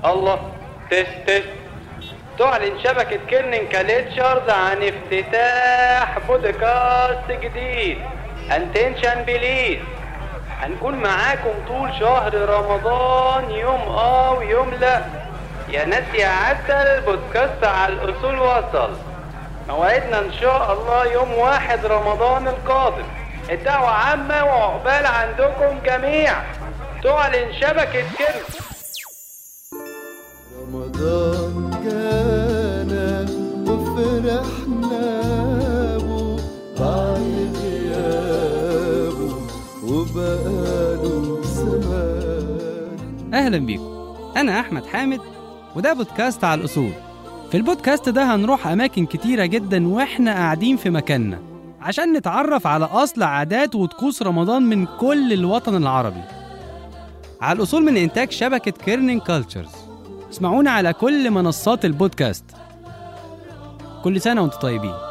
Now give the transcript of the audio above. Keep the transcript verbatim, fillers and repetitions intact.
الله. تست تست. تعلن شبكة كيرنين كاليتشرز عن افتتاح بودكاست جديد انتنشن بليز. هنكون معاكم طول شهر رمضان، يوم اه ويوم لا. يا ناس يا عسل، بودكاست على الأصول وصل. موعدنا ان شاء الله يوم واحد رمضان القادم. الدعوة عامة وعقبال عندكم جميع. تعلن شبكة كيرنين. رمضان جانا وفرحنا بو بعد غيابه وبقاله زمان. أهلا بيكم، أنا أحمد حامد وده بودكاست على الأصول. في البودكاست ده هنروح أماكن كتيرة جدا وإحنا قاعدين في مكاننا عشان نتعرف على أصل عادات وطقوس رمضان من كل الوطن العربي. على الأصول من إنتاج شبكة كيرنين كالتشرز. اسمعونا على كل منصات البودكاست. كل سنة وانتم طيبين.